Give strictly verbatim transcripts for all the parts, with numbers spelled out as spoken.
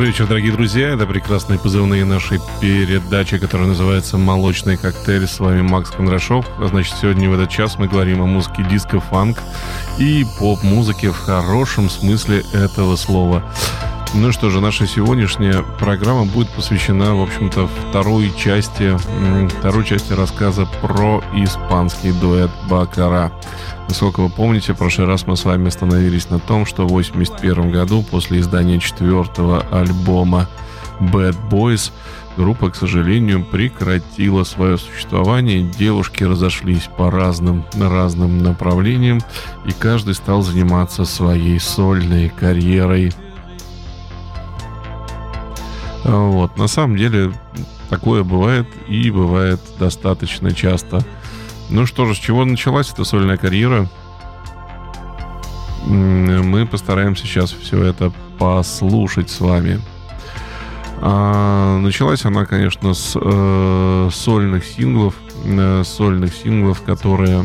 Добрый вечер, дорогие друзья. Это прекрасные позывные нашей передачи, которая называется «Молочный коктейль». С вами Макс Кондрашов. А значит, сегодня в этот час мы говорим о музыке диско, фанк и поп-музыке в хорошем смысле этого слова. Ну что же, наша сегодняшняя программа будет посвящена, в общем-то, второй части, второй части рассказа про испанский дуэт Баккара. Насколько вы помните, в прошлый раз мы с вами остановились на том, что в восемьдесят первом году, после издания четвертого альбома Bad Boys, группа, к сожалению, прекратила свое существование. Девушки разошлись по разным, разным направлениям, и каждый стал заниматься своей сольной карьерой. Вот. На самом деле, такое бывает, и бывает достаточно часто. Ну что же, с чего началась эта сольная карьера? Мы постараемся сейчас все это послушать с вами. А, началась она, конечно, с э, сольных синглов, э, сольных синглов, которые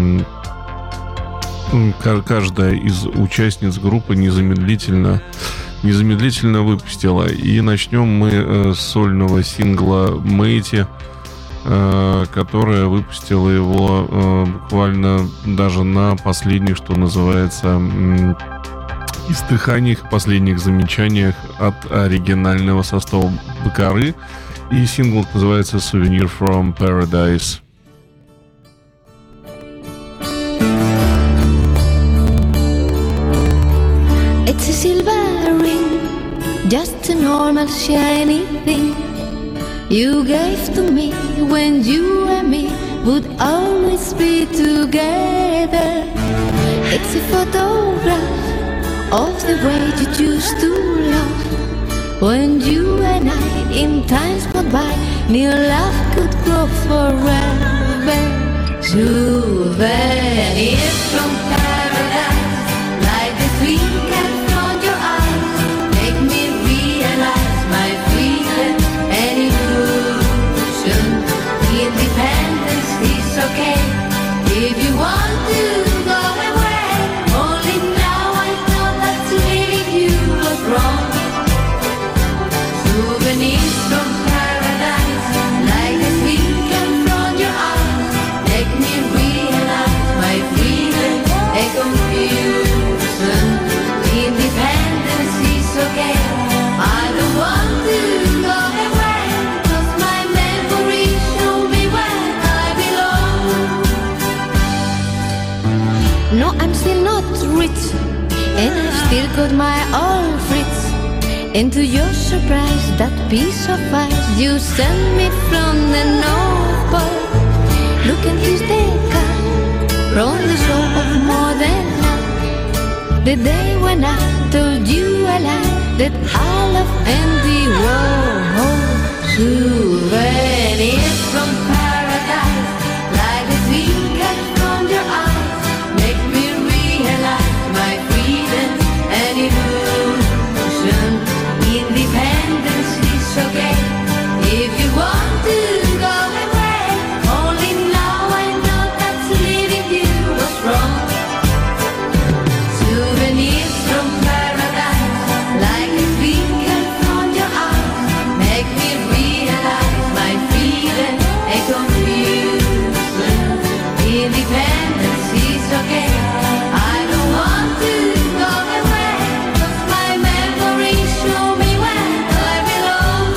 э, каждая из участниц группы незамедлительно, незамедлительно выпустила. И начнем мы э, с сольного сингла «Мэйти», которая выпустила его буквально даже на последних, что называется, издыханиях, последних замечаниях от оригинального состава Баккары. И сингл называется «Souvenir from Paradise». It's a silver ring, just a normal shiny thing you gave to me when you and me would always be together. It's a photograph of the way you used to love when you and I in times gone by knew love could grow forever. Souvenirs from paradise, like the twinkle from your eyes, make me realize my freedom and illusion. Independence is okay if you want to go away. Only now I know that leaving you was wrong. Souvenirs from paradise, like a twinkle from your eyes, make me realize my freedom and confusion. Independence is okay. I don't want to go away, 'cause my memories show me where I belong. No, I'm still not rich, and I still got my old fritz. And to your surprise, that piece of ice you sent me from the North Pole. Look at this decal from the soul of modern love. The day when I told you a lie that I love Andy Warhol. Souvenirs from paradise, like a twinkle from your eyes, make me realize my freedom and illusion. Independence is okay if you want to go away. Only now I know that leaving you was wrong. Souvenirs from paradise, like a twinkle from your eyes, make me realize my freedom and confusion. Independence is okay. I don't want to go away, 'cause my memories show me where I belong.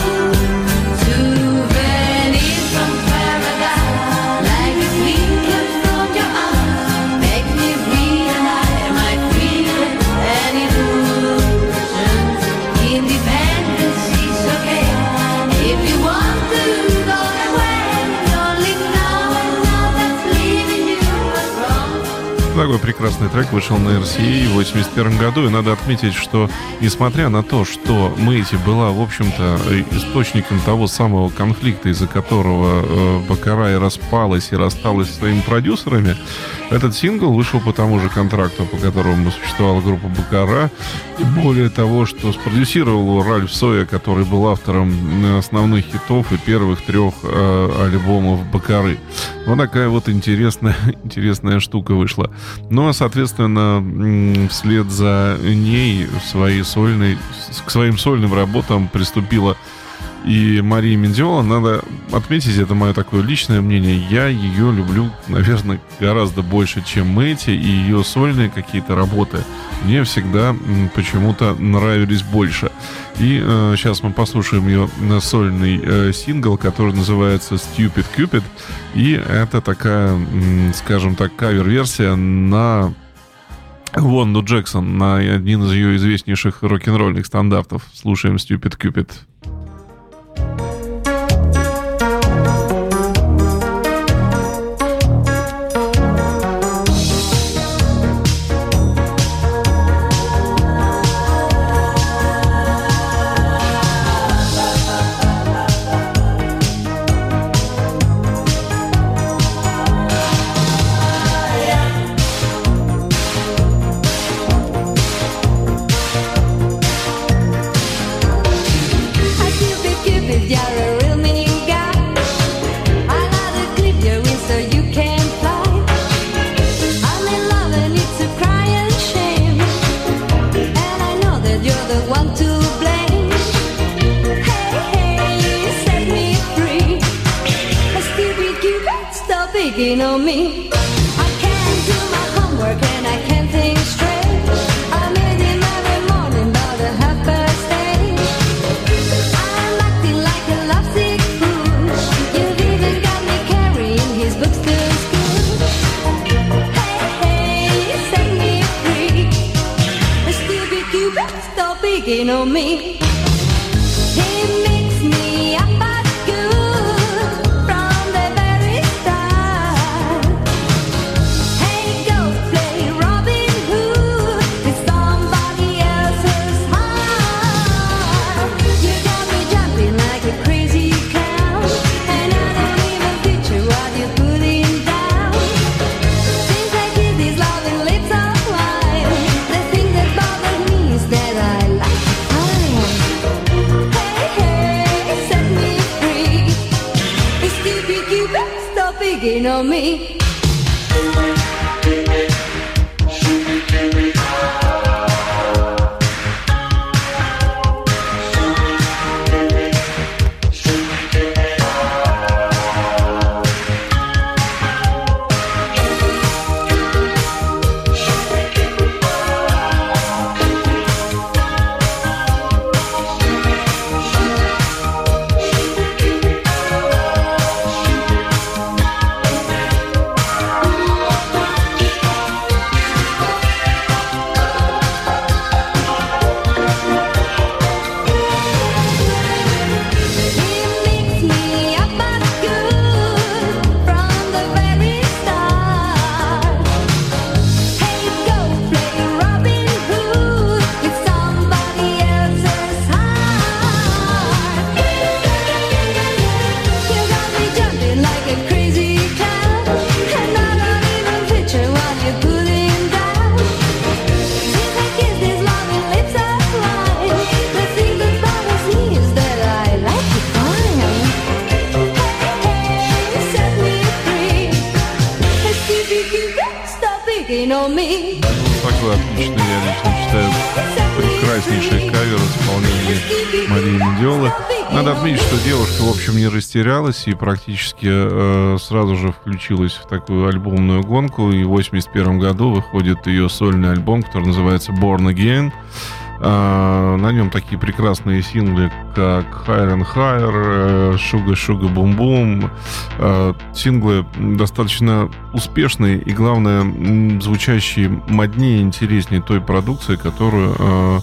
Souvenirs from paradise, like a twinkle from your eyes, make me realize my freedom and illusion. Independence is okay if you want to go away. Only now I know that leaving you was wrong. Такой прекрасный трек вышел на эр си эй в восемьдесят первом году, и надо отметить, что несмотря на то, что Мэйти была, в общем-то, источником того самого конфликта, из-за которого э, Баккара и распалась, и рассталась со своими продюсерами, этот сингл вышел по тому же контракту, по которому существовала группа Баккара, и более того, что спродюсировал его Ральф Сойер, который был автором основных хитов и первых трех э, альбомов Баккары. Вот такая вот интересная, интересная штука вышла. Ну, а, соответственно, вслед за ней своей сольной, к своим сольным работам приступила и Мария Мендиола. Надо отметить, это мое такое личное мнение, я ее люблю, наверное, гораздо больше, чем Мэти, и ее сольные какие-то работы мне всегда почему-то нравились больше. И э, сейчас мы послушаем ее сольный э, сингл, который называется Stupid Cupid, и это такая, м, скажем так, кавер-версия на Вонду Джексон, на один из ее известнейших рок-н-ролльных стандартов. Слушаем Stupid Cupid. On me, I can't do my homework and I can't think straight. I made him every morning about a half past eight. I'm acting like a lovesick fool. You've even got me carrying his books to school. Hey, hey, set me free. A stupid Cupid, stop picking on me. He makes me up at good from the very start. Hey, go play Robin Hood with somebody else's heart. You got me jumping like a crazy cow, and I don't even picture what you're putting down. Since I kiss these loving lips of mine, the thing that bothers me is that I like to find. Hey, hey, set me free. It's stupid Cupid, stop picking on me. Такой отличный, я лично считаю, прекраснейший кавер в исполнении Марии Мендиолы. Надо отметить, что девушка, в общем, не растерялась и практически э, сразу же включилась в такую альбомную гонку. И в восемьдесят первом году выходит ее сольный альбом, который называется Born Again. Uh, на нем такие прекрасные синглы, как Higher and Higher, Sugar Sugar Boom Boom. Uh, синглы достаточно успешные и, главное, звучащие моднее и интереснее той продукции, которую uh,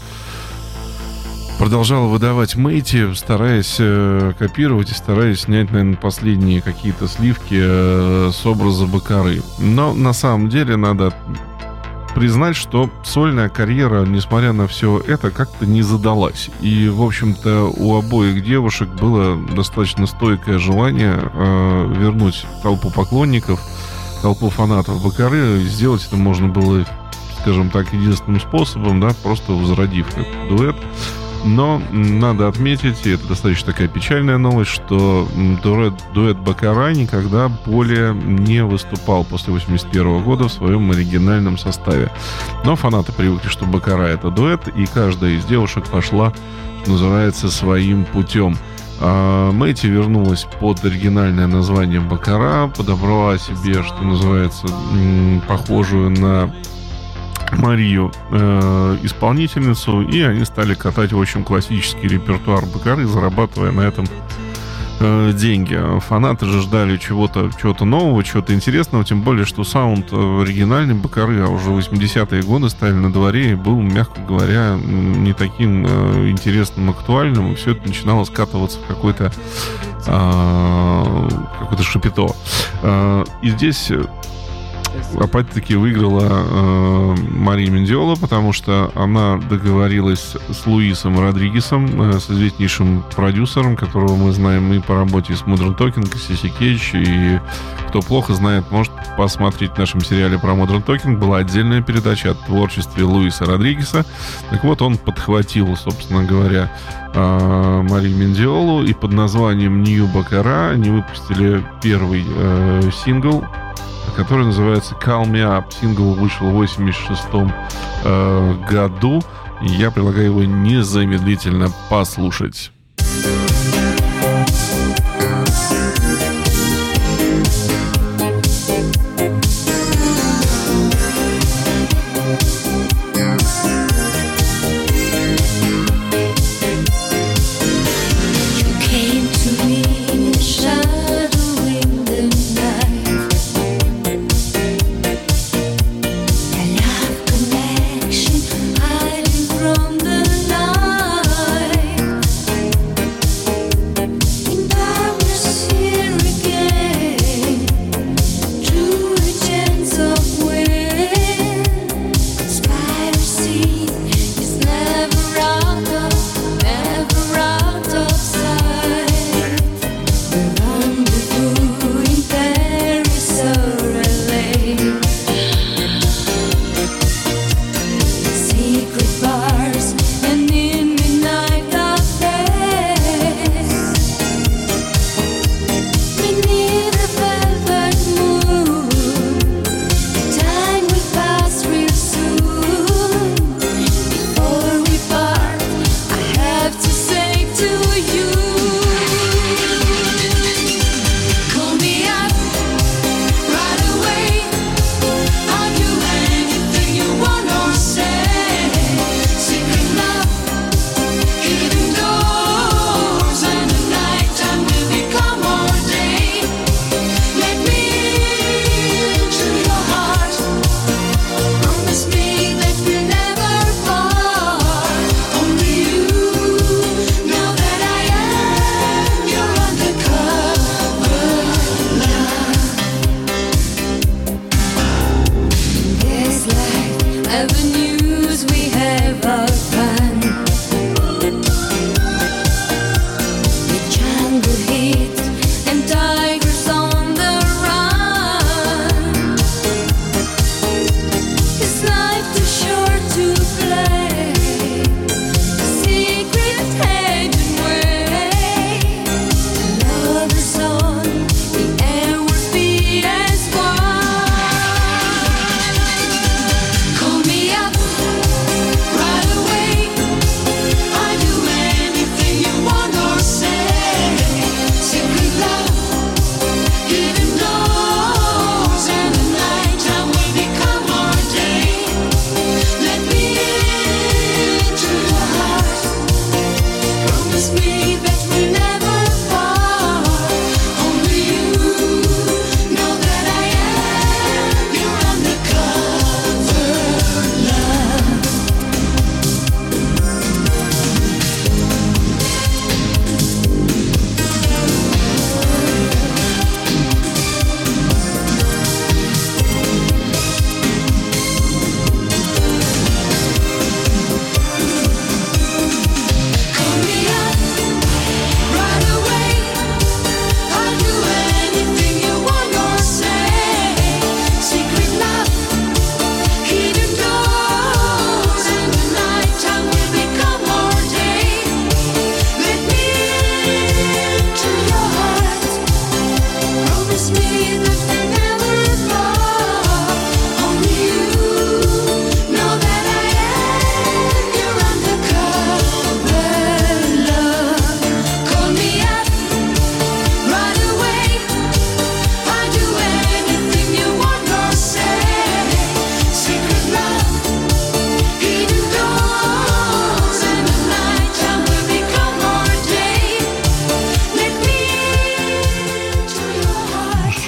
продолжала выдавать Мэйти, стараясь uh, копировать и стараясь снять, наверное, последние какие-то сливки uh, с образа Бакары. Но на самом деле надо признать, что сольная карьера, несмотря на все это, как-то не задалась. И, в общем-то, у обоих девушек было достаточно стойкое желание э, вернуть толпу поклонников, толпу фанатов Бакары. Сделать это можно было, скажем так, единственным способом, да, просто возродив как дуэт. Но надо отметить, и это достаточно такая печальная новость, что дуэт, дуэт Баккара никогда более не выступал после восемьдесят первого года в своем оригинальном составе. Но фанаты привыкли, что Баккара — это дуэт, и каждая из девушек пошла, что называется, своим путем. А Мэти вернулась под оригинальное название Баккара, подобрала себе, что называется, похожую на Марию э, исполнительницу, и они стали катать очень классический репертуар Баккары, зарабатывая на этом э, деньги. Фанаты же ждали чего-то, чего-то нового, чего-то интересного, тем более, что саунд оригинальный Баккары, а уже восьмидесятые годы стали на дворе, и был, мягко говоря, не таким э, интересным, актуальным, и все это начинало скатываться в какой-то э, какое-то шапито. Э, и здесь опять-таки выиграла э, Мария Мендиола, потому что она договорилась с Луисом Родригесом, э, с известнейшим продюсером, которого мы знаем и по работе с Modern Talking, и Сиси Кейдж, и кто плохо знает, может посмотреть в нашем сериале про Modern Talking. Была отдельная передача о творчестве Луиса Родригеса. Так вот, он подхватил, собственно говоря, э, Марию Мендиолу, и под названием New Баккара они выпустили первый э, сингл, который называется Call Me Up. Сингл вышел в восемьдесят шестом э, году. И я предлагаю его незамедлительно послушать. From the night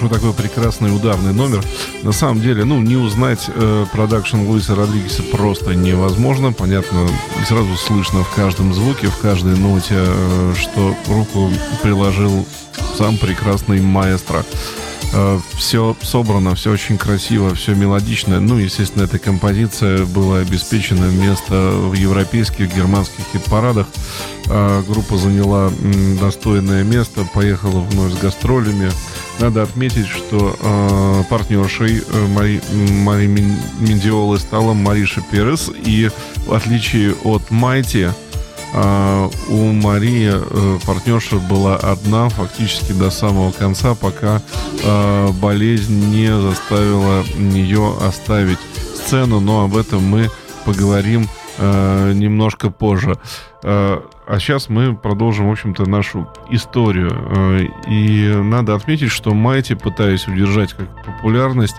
что такой прекрасный ударный номер. На самом деле, ну, не узнать продакшн э, Луиса Родригеса просто невозможно. Понятно, сразу слышно в каждом звуке, в каждой ноте, э, что руку приложил сам прекрасный маэстро. Э, все собрано, все очень красиво, все мелодично. Ну, естественно, эта композиция была обеспечена место в европейских, германских хит-парадах. Э, группа заняла м, достойное место, поехала вновь с гастролями. Надо отметить, что э, партнершей э, Мари, Мари Мендиолы стала Мариша Перес. И в отличие от Майти, э, у Марии э, партнерша была одна фактически до самого конца, пока э, болезнь не заставила ее оставить сцену. Но об этом мы поговорим э, немножко позже. Э, А сейчас мы продолжим, в общем-то, нашу историю. И надо отметить, что Майти, пытаясь удержать как популярность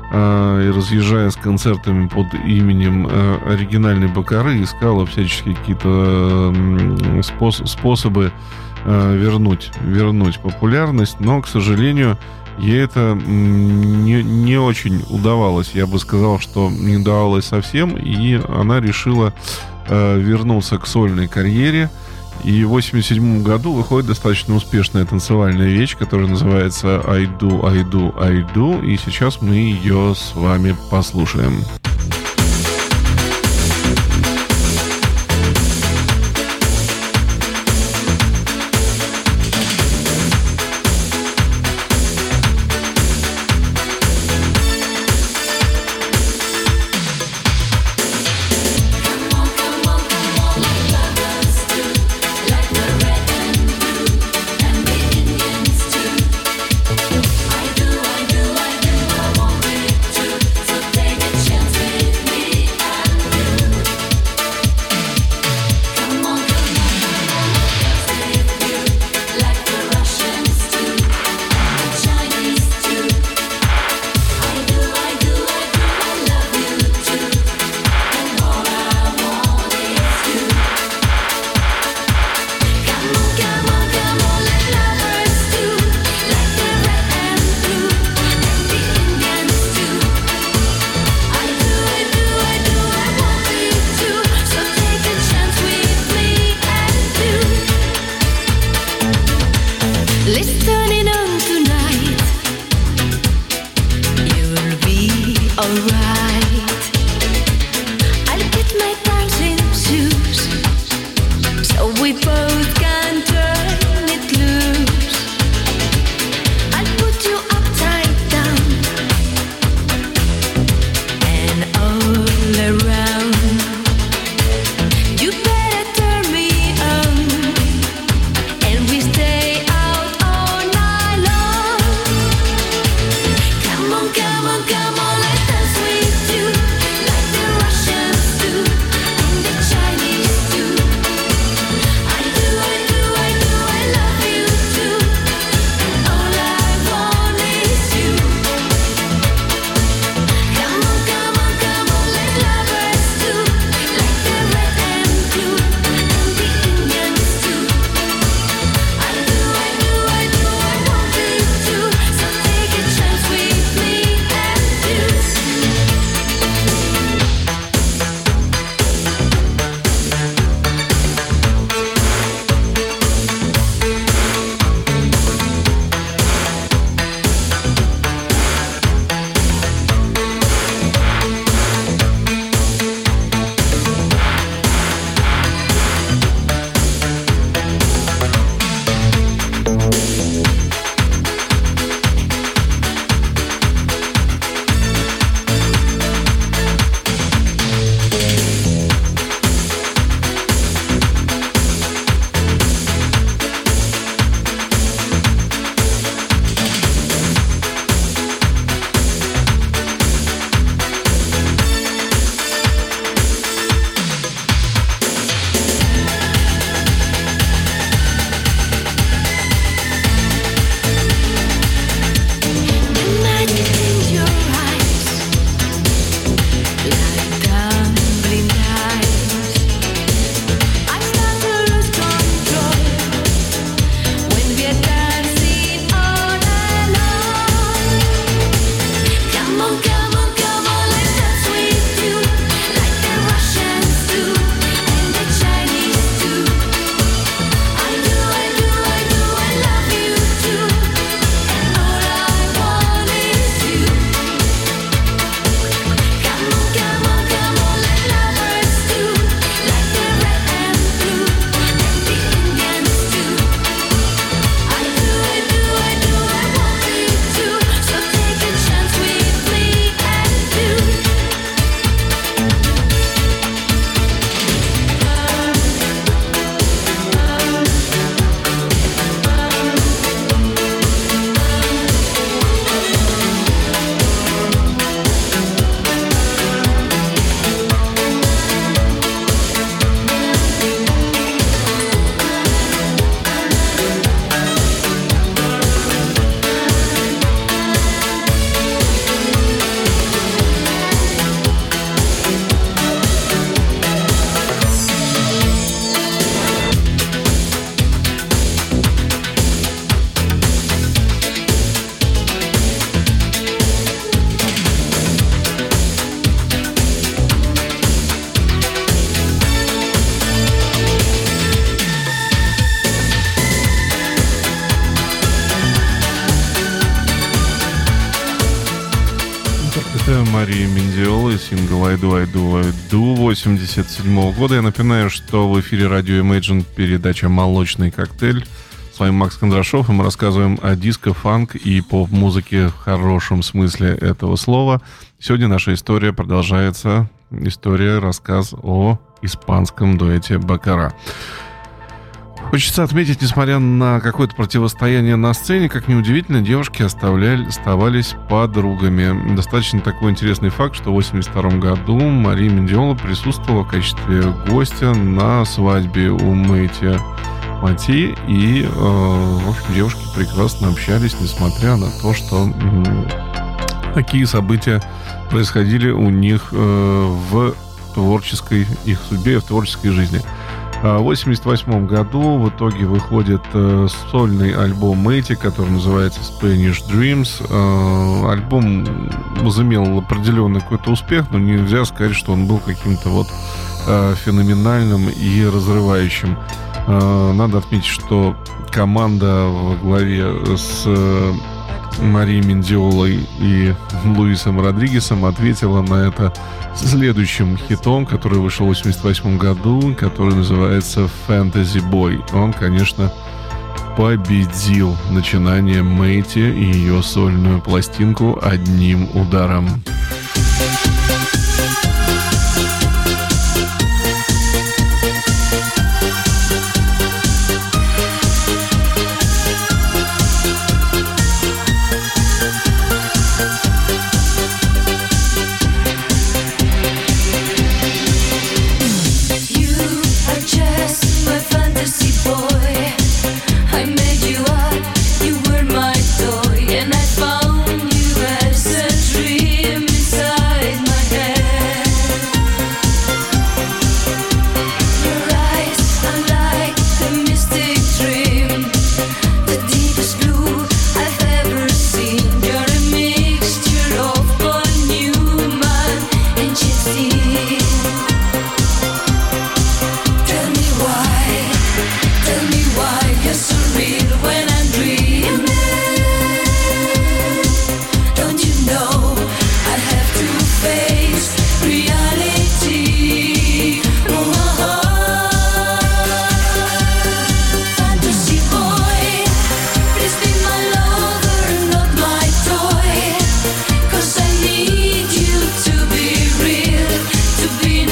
и разъезжая с концертами под именем оригинальной Бакары, искала всячески какие-то спос- способы вернуть, вернуть популярность. Но, к сожалению, ей это не, не очень удавалось. Я бы сказал, что не удавалось совсем. И она решила вернуться к сольной карьере. И в восемьдесят седьмом году выходит достаточно успешная танцевальная вещь, которая называется I Do, I Do, I Do. И сейчас мы ее с вами послушаем. Chance и сингл I Do, I Do, I Do восемьдесят седьмого года. Я напоминаю, что в эфире радио Imagine передача «Молочный коктейль». С вами Макс Кондрашов, и мы рассказываем о диско, фанк и поп-музыке в хорошем смысле этого слова. Сегодня наша история продолжается. История, рассказ о испанском дуэте Баккара. Хочется отметить, несмотря на какое-то противостояние на сцене, как неудивительно, девушки оставляли, оставались подругами. Достаточно такой интересный факт, что в восемьдесят втором году Мария Мендиола присутствовала в качестве гостя на свадьбе у Мэттью Мати, и, э, в общем, девушки прекрасно общались, несмотря на то, что э, такие события происходили у них э, в творческой их судьбе, в творческой жизни. В восемьдесят восьмом году в итоге выходит э, сольный альбом Мэтти, который называется Spanish Dreams. Э, альбом возымел определенный какой-то успех, но нельзя сказать, что он был каким-то вот э, феноменальным и разрывающим. Э, надо отметить, что команда во главе с э, Марией Мендиолой и Луисом Родригесом ответила на это следующим хитом, который вышел в восемьдесят восьмом году, который называется Fantasy Boy. Он, конечно, победил начинание Мэтти и ее сольную пластинку одним ударом. To be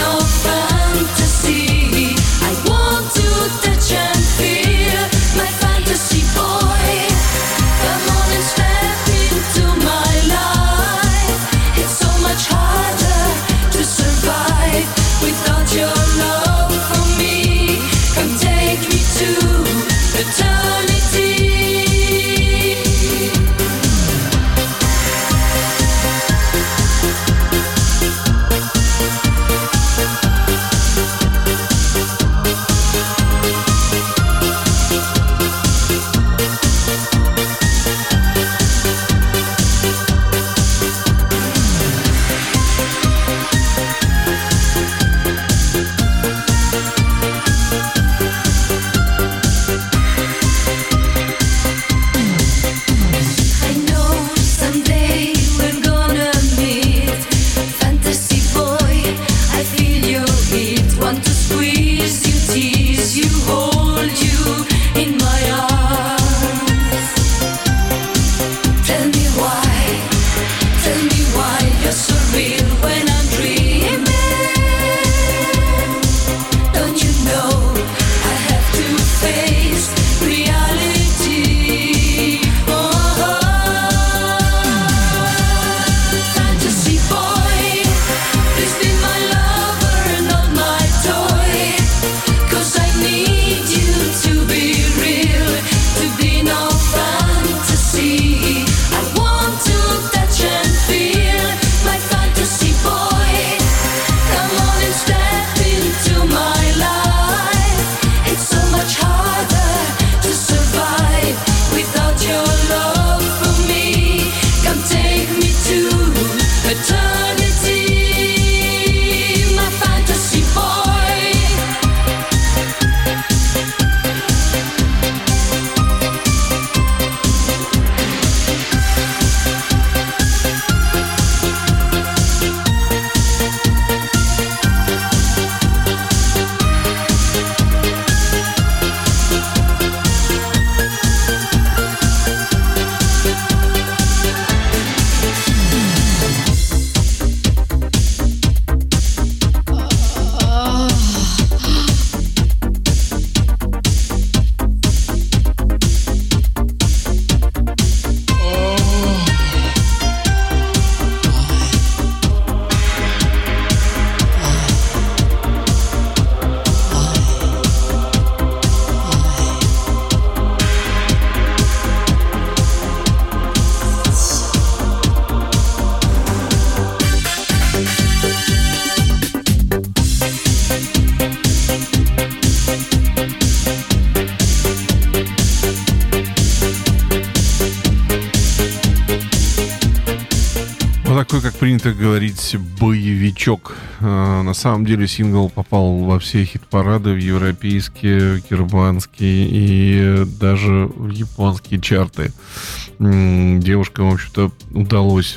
такой, как принято говорить, боевичок. На самом деле сингл попал во все хит-парады, в европейские, германские и даже в японские чарты. Девушкам, в общем-то, удалось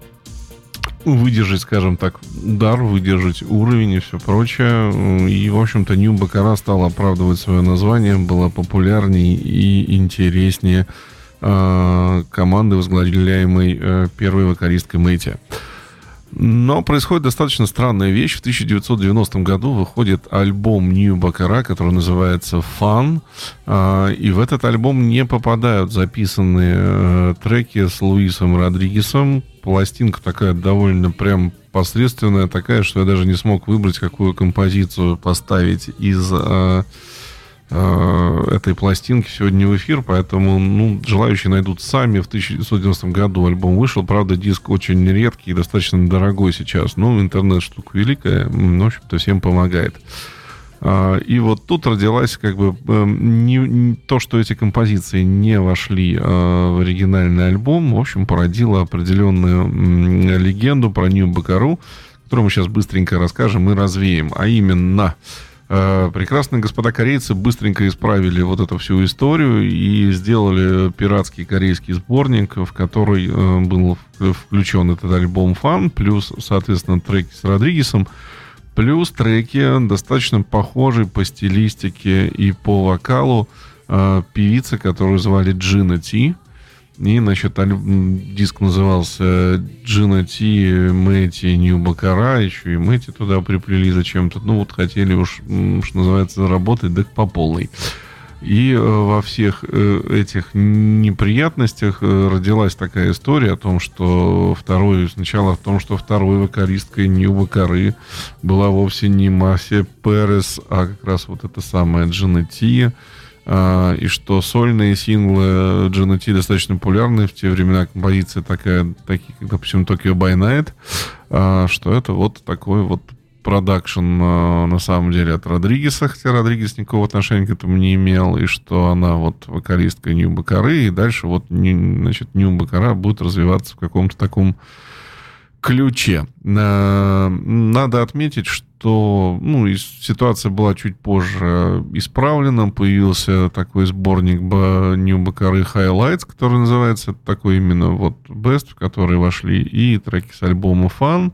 выдержать, скажем так, удар, выдержать уровень и все прочее. И, в общем-то, Нью Бакара стала оправдывать свое название, была популярнее и интереснее э, команды, возглавляемой э, первой вокалисткой Мэти. Но происходит достаточно странная вещь. В тысяча девятьсот девяностом году выходит альбом Нью Бакара, который называется «Fun». Э, и в этот альбом не попадают записанные э, треки с Луисом Родригесом. Пластинка такая довольно прям посредственная, такая, что я даже не смог выбрать, какую композицию поставить из э, э, этой пластинки сегодня в эфир, поэтому, ну, желающие найдут сами. В тысяча девятьсот девяностом году альбом вышел, правда, диск очень редкий и достаточно дорогой сейчас, но интернет штука великая, в общем-то, всем помогает. И вот тут родилась как бы не, не, то, что эти композиции не вошли а, в оригинальный альбом, в общем, породило определенную м, легенду про Нью Бакару, которую мы сейчас быстренько расскажем и развеем. А именно, а, прекрасные господа корейцы быстренько исправили вот эту всю историю и сделали пиратский корейский сборник, в который а, был включен этот альбом «Fun», плюс, соответственно, треки с Родригесом, плюс треки, достаточно похожие по стилистике и по вокалу э, певицы, которую звали Джина Ти. И, значит, диск назывался Джина Ти, Мэти, Нью Бакара. Еще и Мэти туда приплели зачем-то. Ну, вот хотели уж, что называется, заработать, так по полной. И э, во всех э, этих неприятностях э, родилась такая история о том, что второй, сначала в том, что второй вокалисткой Нью Бакары была вовсе не Марсия Перес, а как раз вот эта самая Джина Ти. Э, и что сольные синглы Джина Ти достаточно популярны в те времена, композиция такая, такие, как, допустим, Tokyo by Night, э, что это вот такой вот продакшн э, на самом деле от Родригеса, хотя Родригес никакого отношения к этому не имел, и что она вот вокалистка Нью Бакары, и дальше вот, значит, Нью Бакара будет развиваться в каком-то таком ключе. Э, надо отметить, что, ну, ситуация была чуть позже исправлена, появился такой сборник Нью Бакары Highlights, который называется такой именно вот Best, в который вошли и треки с альбома Fun,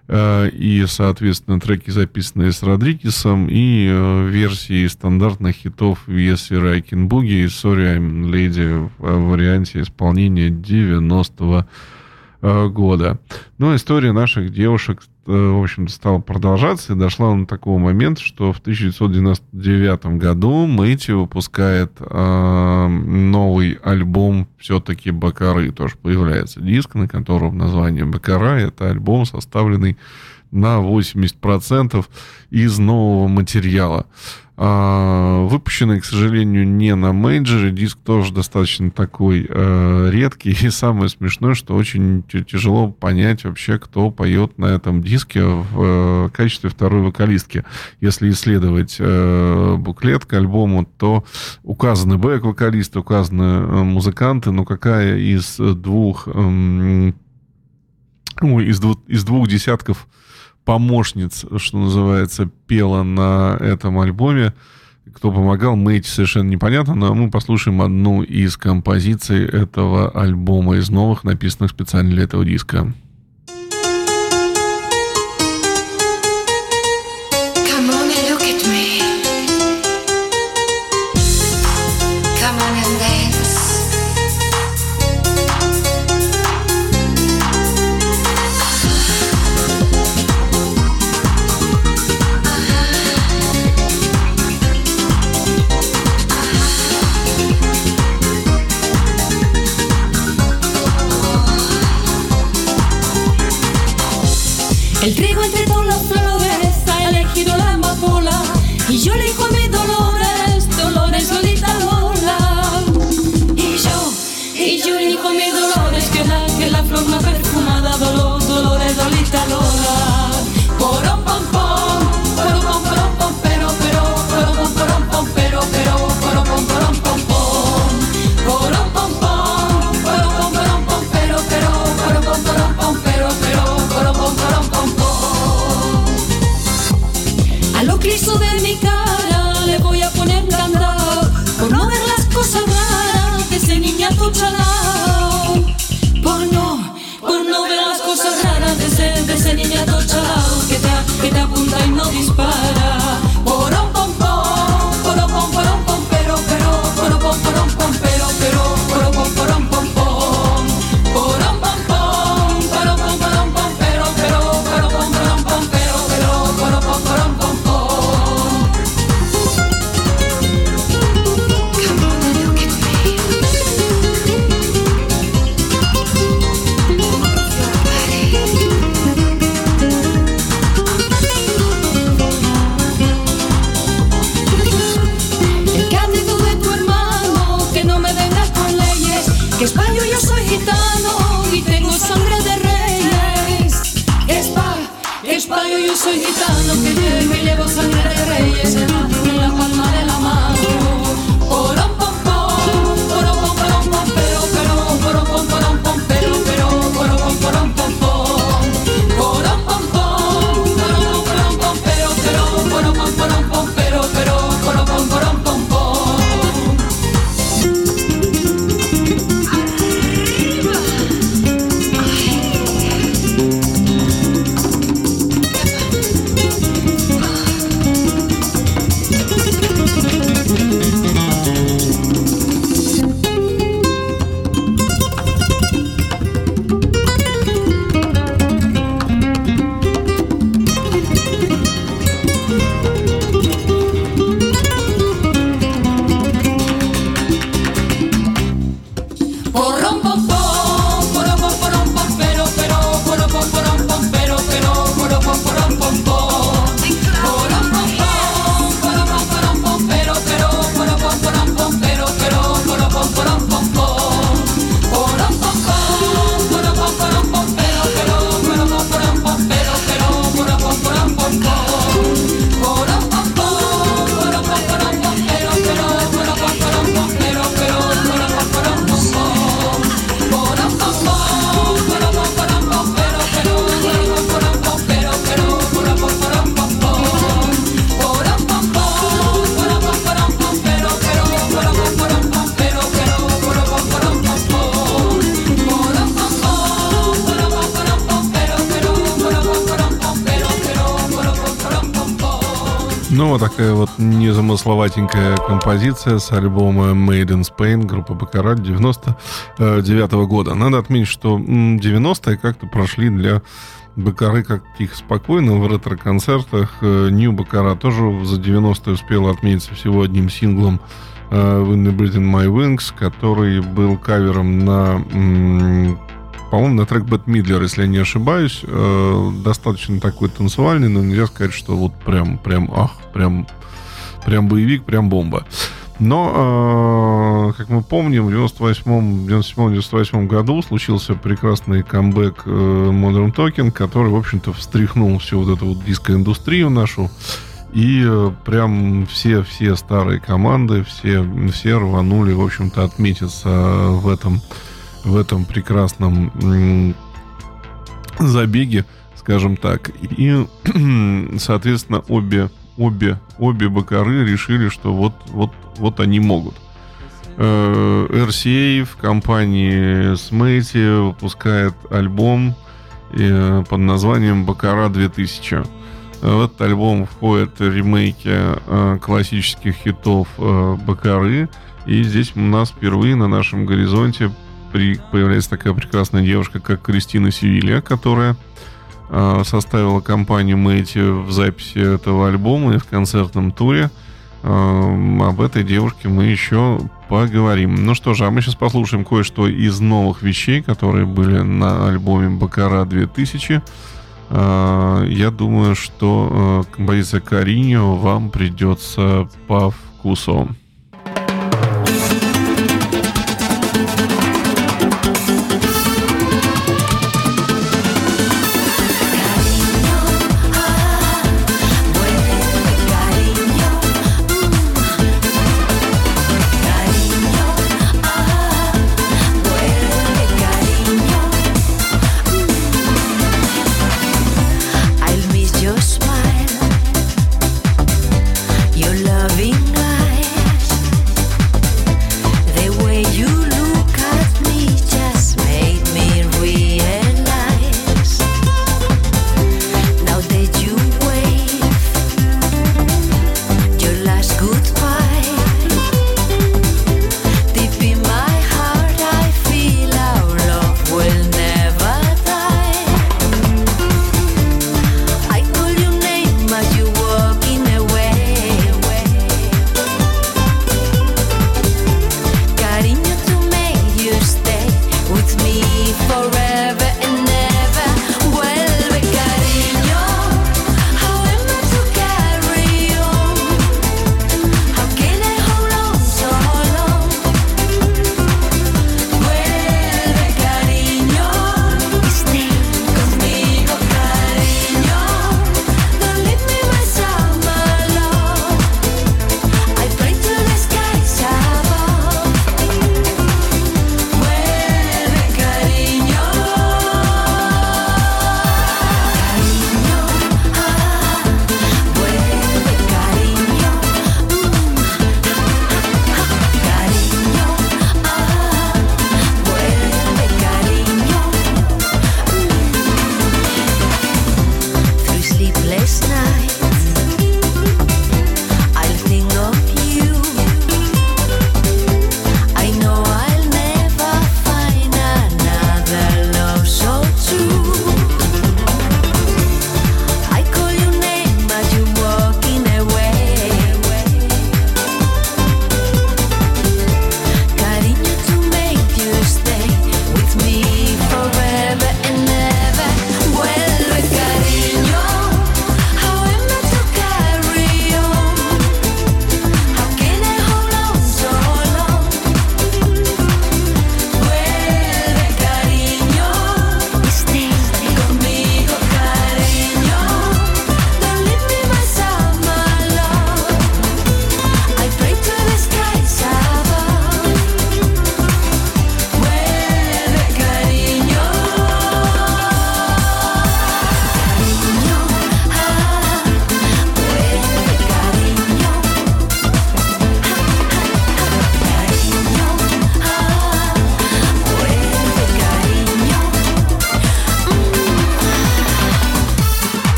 и, соответственно, треки, записанные с Родригесом, и э, версии стандартных хитов Yes, I Can Boogie и Sorry, I'm Lady в варианте исполнения девяностого э, года. Но история наших девушек, э, в общем-то, стала продолжаться и дошла до такого момента, что в тысяча девятьсот девяносто девятом году Мэти выпускает э, новый альбом все-таки Бакары. Тоже появляется диск, на котором название Бакара. Это альбом, составленный на восемьдесят процентов из нового материала. А, выпущенный, к сожалению, не на мейджоре. Диск тоже достаточно такой э, редкий. И самое смешное, что очень тяжело понять вообще, кто поет на этом диске в э, качестве второй вокалистки. Если исследовать э, буклет к альбому, то указаны бэк-вокалисты, указаны э, музыканты, но какая из двух, э, ну, из, двух из двух десятков помощниц, что называется, пела на этом альбоме, кто помогал, Мэти, совершенно непонятно, но мы послушаем одну из композиций этого альбома из новых, написанных специально для этого диска. El trigo entre todas las flores ha elegido la amapola y yo elijo mis dolores, dolores Lolita Lola. Y yo, y yo elijo mis dolores, que la, que la flor más perfumada, dolor, dolores Lolita Lola. Porom pom pom, porom pom porom pom, pero pero, porom pom porom pom, pero pero, porom pom porom pom pom, porom pom pom, porom pom porom pom, pero pero, porom pom porom pom, pero pero. buen gitano que llevo y llevo sangre de reyes en la palma de la mano. Porón, pom, pom, porón, pom, porón, pom, pero, pero, porón, pom, porón, pom, pero, pero, porón, pom, porón, pom, pom. Porón, pom, pom, porón, pom, porón, pom, pero, pero, porón, pom, porón, pom, pero, pero, porón, pom, porón, pom, pom. Porón, pom, pom, porón, pom, porón, pom, pero, pero, porón, pom, porón, pom, pero, pero, porón, pom, porón, pom, pom. Porón, pom, pom, porón, pom, porón, pom, pero, pero, porón, pom, porón, pom, pero, pero, porón, pom, porón, pom, pom. Porón, pom, pom, porón, pom, porón, pom, pero, pero, porón, pom, porón, pom, pero, pero, porón, pom, porón, pom, pom. Porón, pom, pom, porón, pom, porón, pom, pero, pero, porón, pom, porón, pom, pero, pero, porón, pom, porón, pom, pom. Ну, вот такая вот незамысловатенькая композиция с альбома Made in Spain группы Баккара девяносто девятого года. Надо отметить, что девяностые как-то прошли для Баккары как тихо спокойно в ретро-концертах. Нью Баккара тоже за девяностые успел отметиться всего одним синглом When the Breath in My Wings, который был кавером на, по-моему, на трек Бет Мидлер, если я не ошибаюсь. Достаточно такой танцевальный, но нельзя сказать, что вот прям, прям, ах, прям, прям боевик, прям бомба. Но, как мы помним, в девяносто восьмом, девяносто седьмом девяносто восьмом году случился прекрасный камбэк Modern Talking, который, в общем-то, встряхнул всю вот эту вот диско-индустрию нашу. И прям все-все старые команды, все, все рванули, в общем-то, отметиться в этом, в этом прекрасном м- забеге, скажем так. И, соответственно, обе, обе, обе Баккары решили, что вот, вот, вот они могут. эр си эй в компании Smatey выпускает альбом под названием «Баккара две тысячи». В этот альбом входят ремейки э, классических хитов э, Баккары. И здесь у нас впервые на нашем горизонте при, появляется такая прекрасная девушка, как Кристина Севилья, которая э, составила компанию Мэйти в записи этого альбома и в концертном туре. Э, об этой девушке мы еще поговорим. Ну что же, а мы сейчас послушаем кое-что из новых вещей, которые были на альбоме Баккара две тысячи. Я думаю, что композиция «Кариньо» вам придется по вкусу. Your loving eyes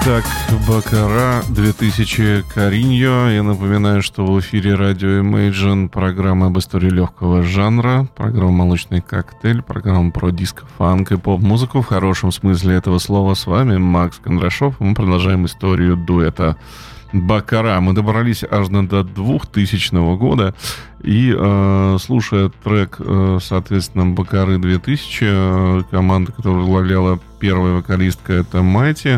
Итак, Баккара две тысячи Кариньо. Я напоминаю, что в эфире радио Imagine программа об истории легкого жанра, программа «Молочный коктейль», программа про диско-фанк и поп-музыку в хорошем смысле этого слова. С вами Макс Кондрашов. Мы продолжаем историю дуэта Баккара. Мы добрались аж до двухтысячного года. И, э, слушая трек, э, соответственно, Баккары две тысячи, э, команда, которую возглавляла первая вокалистка, это Майти,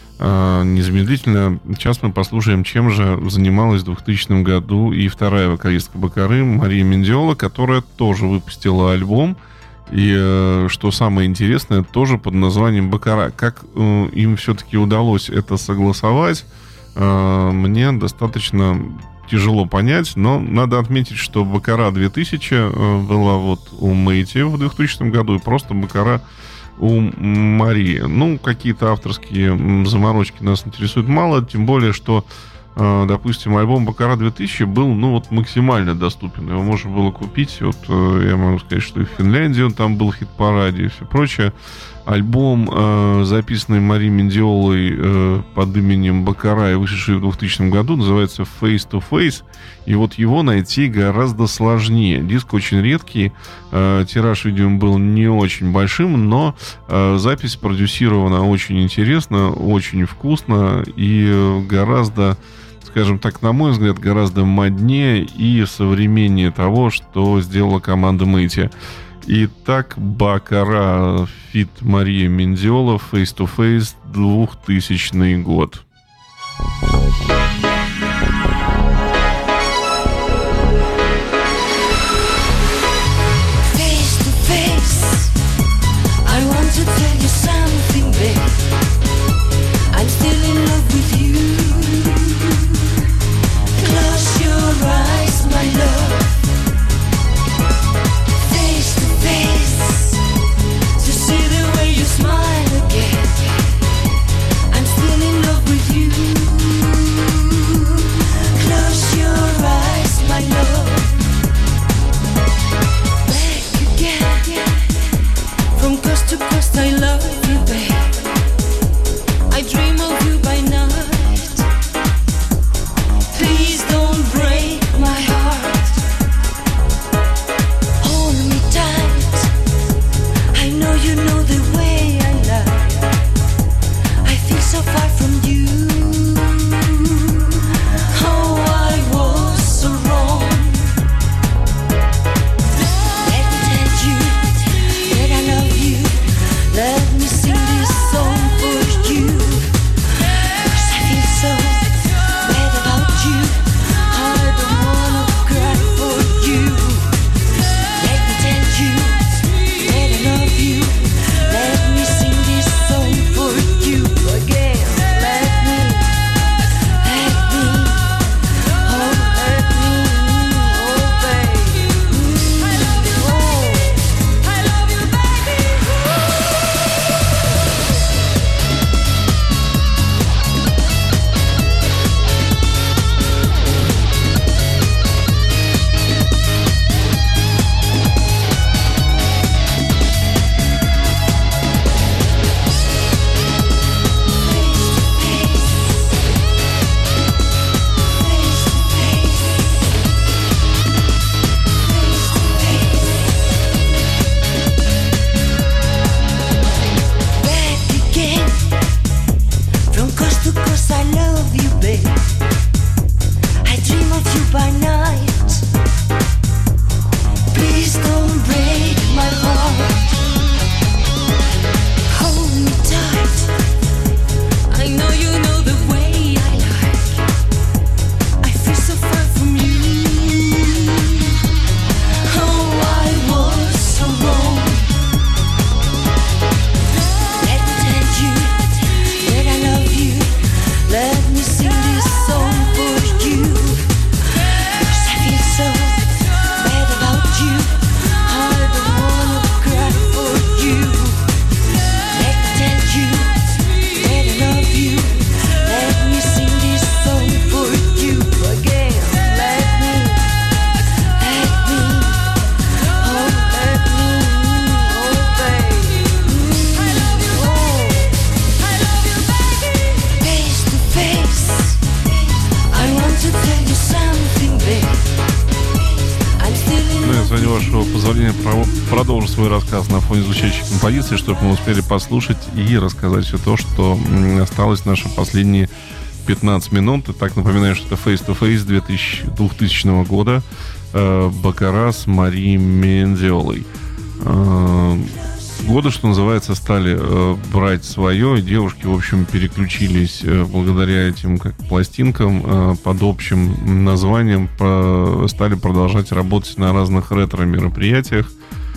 э, незамедлительно сейчас мы послушаем, чем же занималась в двухтысячном году и вторая вокалистка Баккары, Мария Мендиола, которая тоже выпустила альбом. И, э, что самое интересное, тоже под названием Баккара. Как э, им все-таки удалось это согласовать, э, мне достаточно тяжело понять, но надо отметить, что Баккара две тысячи была вот у Мэйти в двухтысячном году и просто Баккара у Марии. Ну, какие-то авторские заморочки нас интересуют мало, тем более, что, допустим, альбом Баккара две тысячи был, ну, вот максимально доступен. Его можно было купить, вот я могу сказать, что и в Финляндии он там был в хит-параде и все прочее. Альбом, э, записанный Марией Мендиолой э, под именем Баккара и вышедший в двухтысячном году, называется Face to Face. И вот его найти гораздо сложнее. Диск очень редкий, э, тираж, видимо, был не очень большим, но э, запись продюсирована очень интересно, очень вкусно и гораздо, скажем так, на мой взгляд, гораздо моднее и современнее того, что сделала команда Мэйти. Итак, Баккара, фит Мария Мендиола, Face to Face, двухтысячный год. Smile again. I'm still in love with you. вашего позволения, продолжу свой рассказ на фоне звучащей композиции, чтобы мы успели послушать и рассказать все то, что осталось в наши последние пятнадцать минут. Итак, напоминаю, что это Face to Face двухтысячного года. Баккара с Мари Мендиолой. Годы, что называется, стали э, брать свое, и девушки, в общем, переключились э, благодаря этим как пластинкам э, под общим названием, по, стали продолжать работать на разных ретро-мероприятиях.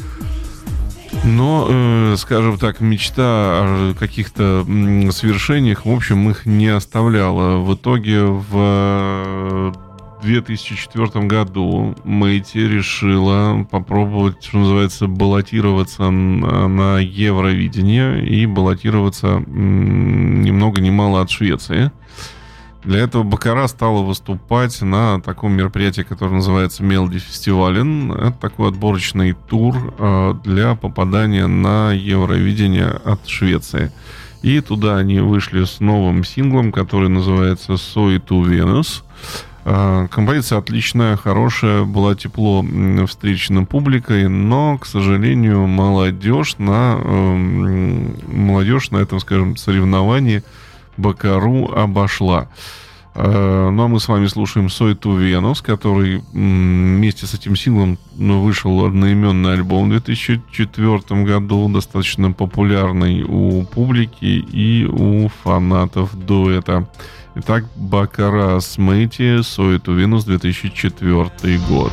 Но, э, скажем так, мечта о каких-то м, свершениях, в общем, их не оставляла. В итоге в две тысячи четвёртом году Мэйти решила попробовать, что называется, баллотироваться на Евровидение и баллотироваться ни много ни мало от Швеции. Для этого Баккара стала выступать на таком мероприятии, которое называется Мелоди Фестивален. Это такой отборочный тур для попадания на Евровидение от Швеции. И туда они вышли с новым синглом, который называется «Soy tu Venus». Композиция отличная, хорошая, была тепло встречена публикой, но, к сожалению, молодежь на, молодежь на этом, скажем, соревновании Баккару обошла. Ну, а мы с вами слушаем «Soy tu Venus», который вместе с этим синглом вышел одноименный альбом в две тысячи четвёртом году, достаточно популярный у публики и у фанатов дуэта. Итак, Баккара с Мэйти, «Soy tu Venus», две тысячи четвёртый год.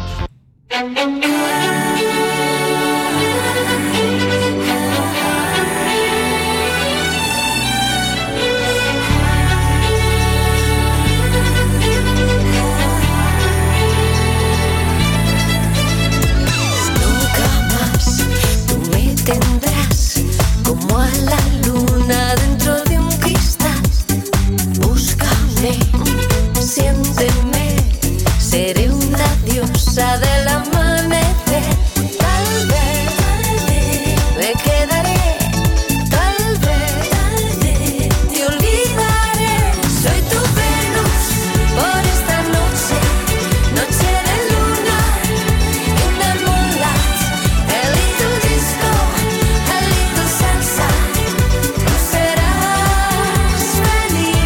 Siénteme, seré una diosa del amanecer. Tal vez, tal vez me quedaré, tal vez, tal vez te olvidaré. Soy tu Venus por esta noche, noche de luna, in the moonlight, a little disco, a little salsa. Tú serás feliz.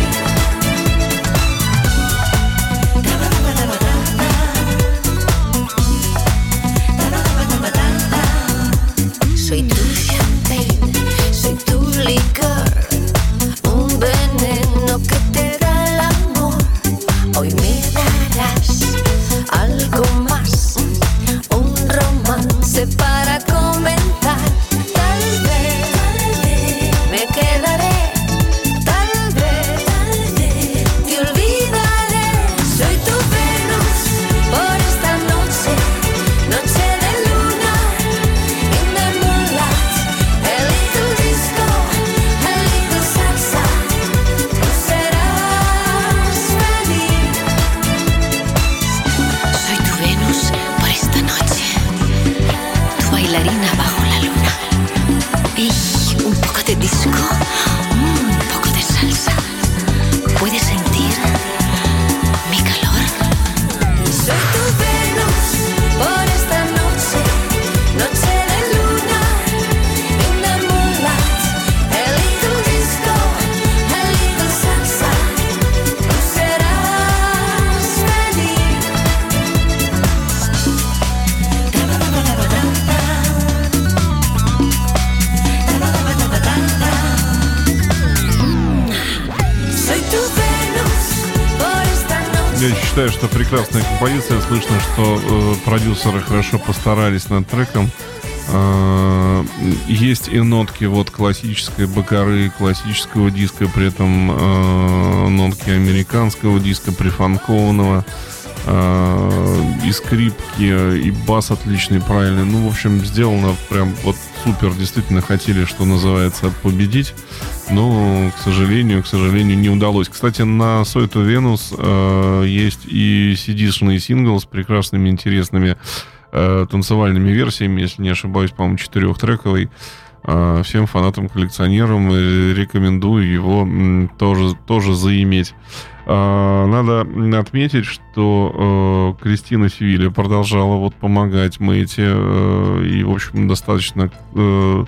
Soy tu champagne, soy tu licor, un veneno que te da el amor. Hoy me darás algo más, un romance para comenzar. Tal vez, tal vez me quedaré, tal vez, tal vez te olvidaré. Soy tu Venus por esta noche, noche de luna, in the moonlight, a little disco, a little salsa. Tú serás feliz. Soy tu Venus por esta noche, tu bailarina bajo la luna. Y un poco de disco, un poco de salsa. ¿Puedes sentir mi calor? Soy tu Venus por esta noche, noche de luna, in the moonlight, a little disco, a little salsa. Tú serás feliz. Soy tu Venus por esta noche. Я считаю, что прекрасная композиция. Слышно, что э, продюсеры хорошо постарались над треком. Э, есть и нотки вот классической Баккары, классического диска, при этом э, нотки американского диска, прифанкованного, э, и скрипки, и бас отличный, правильный. Ну, в общем, сделано прям вот супер. Действительно хотели, что называется, победить. Но, к сожалению, к сожалению, не удалось. Кстати, на «Soy tu Venus» э, есть и си ди-шный сингл с прекрасными, интересными э, танцевальными версиями, если не ошибаюсь, по-моему, четырехтрековый. Э, всем фанатам, коллекционерам э, рекомендую его м, тоже, тоже заиметь. Надо отметить, что э, Кристина Севилья продолжала вот помогать Мэйти, э, и, в общем, достаточно э,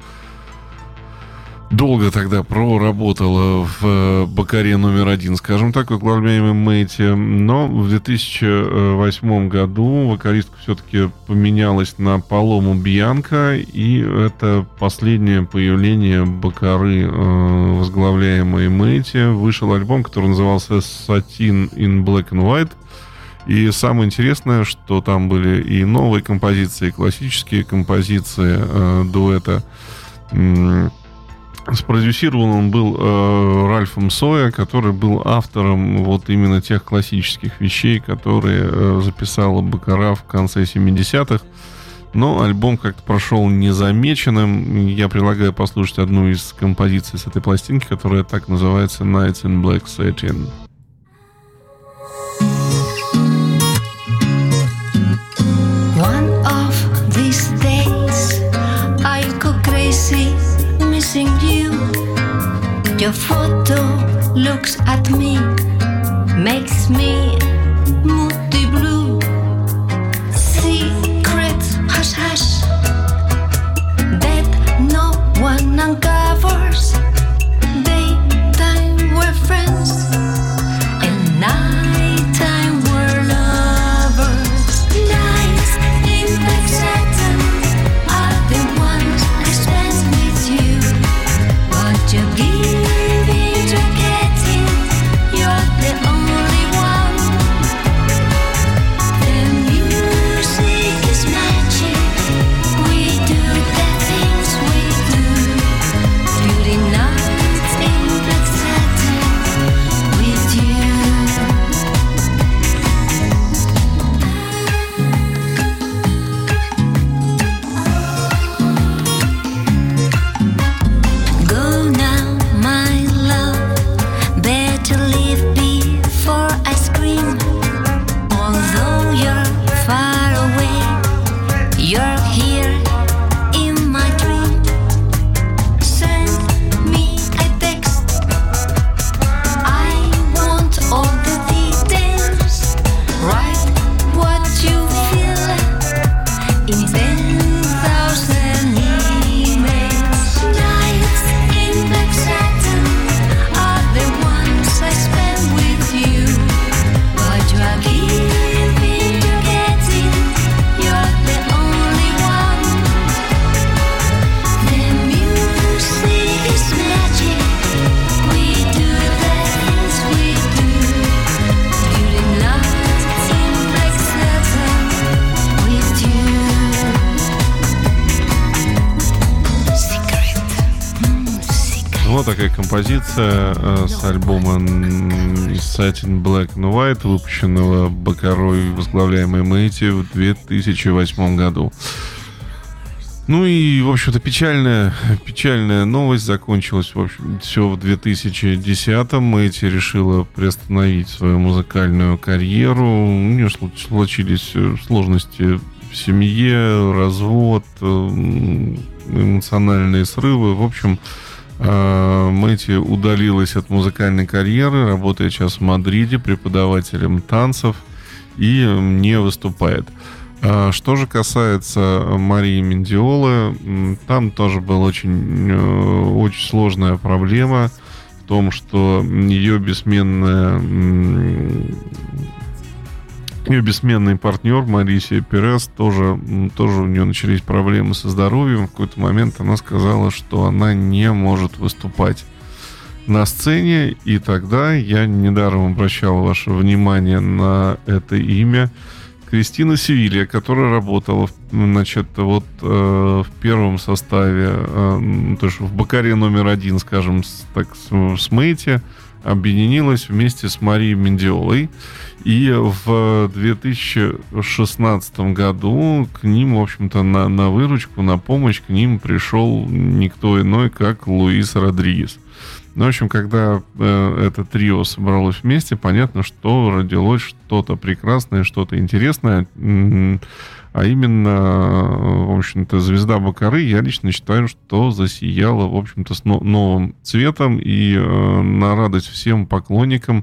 долго тогда проработала в Бакаре номер один, скажем так, возглавляемой Мэйти. Но в две тысячи восьмом году вокалистка все-таки поменялась на Палому Бьянка, и это последнее появление Бакары, э, возглавляемой Мэйти. Вышел альбом, который назывался Satin in Black and White. И самое интересное, что там были и новые композиции, и классические композиции э, дуэта. Спродюсирован он был э, Ральфом Соя, который был автором вот именно тех классических вещей, которые э, записала Бакара в конце семидесятых. Но альбом как-то прошел незамеченным. Я предлагаю послушать одну из композиций с этой пластинки, которая так называется Nights in Black Satin. One of these days I'll go crazy missing you. Your photo looks at me, makes me moody blue. Secrets hush hush that no one uncovers. Daytime we're friends and nighttime we're lovers. Nights in black satin are the ones I spend with you. What you give it, you're getting. You're the only one. The music is magic. We do the things we do. Beauty nights in black satin with you. Go now, my love. Better leave before I scream. Although you're far away, you're here in my dream. Send me a text. I want all the details. Write what you feel in ten thousand emails. Nights in black satin are the ones I spend with you. What you are giving, you're getting. You're the only one. The music is magic. We do the things we do. Beauty nights in black satin with you. Secret. Mm, secret. Вот такая композиция э, с альбома Satin Black and White, выпущенного Бакарой, возглавляемой Мэйти, в две тысячи восьмом году. Ну и, в общем-то, печальная, печальная новость. Закончилась, в общем, все в две тысячи десятом. Мэйти решила приостановить свою музыкальную карьеру. У нее случились сложности в семье, развод, э, эмоциональные срывы. В общем, э, Мэйти удалилась от музыкальной карьеры, работает сейчас в Мадриде преподавателем танцев и не выступает. А что же касается Марии Мендиолы, м, там тоже была очень, э, очень сложная проблема в том, что ее бессменная, м, ее бессменный партнер Марисия Перес тоже, м, тоже у нее начались проблемы со здоровьем. В какой-то момент она сказала, что она не может выступать на сцене, и тогда я недаром обращал ваше внимание на это имя. Кристина Севилья, которая работала, значит, вот э, в первом составе, э, то есть в Бакаре номер один, скажем, с, так, с, с Мэйти, объединилась вместе с Марией Мендиолой. И в две тысячи шестнадцатом году к ним, в общем-то, на, на выручку, на помощь к ним пришел никто иной, как Луис Родригес. Ну, в общем, когда э, это трио собралось вместе, понятно, что родилось что-то прекрасное, что-то интересное. А именно, в общем-то, звезда Бакары, я лично считаю, что засияла, в общем-то, с новым цветом. И э, на радость всем поклонникам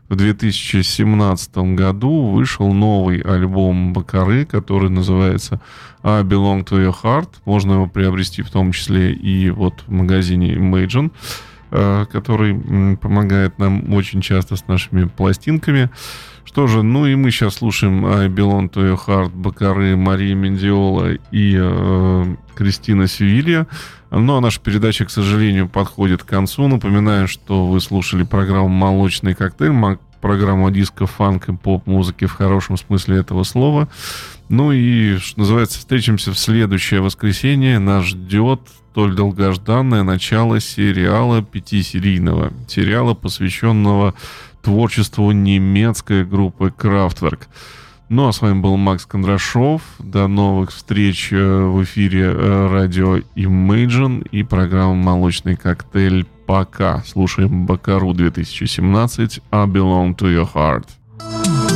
в две тысячи семнадцатом году вышел новый альбом Бакары, который называется I Belong to Your Heart. Можно его приобрести в том числе и вот в магазине Imagine, который помогает нам очень часто с нашими пластинками. Что же, ну и мы сейчас слушаем I Belong to Your Heart Бакары, Мария Мендиола и э, Кристина Севилья. Ну а наша передача, к сожалению, подходит к концу. Напоминаю, что вы слушали программу «Молочный коктейль», программу диско, фанк и поп-музыки в хорошем смысле этого слова. Ну и, что называется, встретимся в следующее воскресенье. Нас ждет столь долгожданное начало сериала, пятисерийного сериала, посвященного творчеству немецкой группы Kraftwerk. Ну, а с вами был Макс Кондрашов. До новых встреч в эфире радио Imagine и программа «Молочный коктейль». Пока. Слушаем Бакару две тысячи семнадцать. I Belong to Your Heart.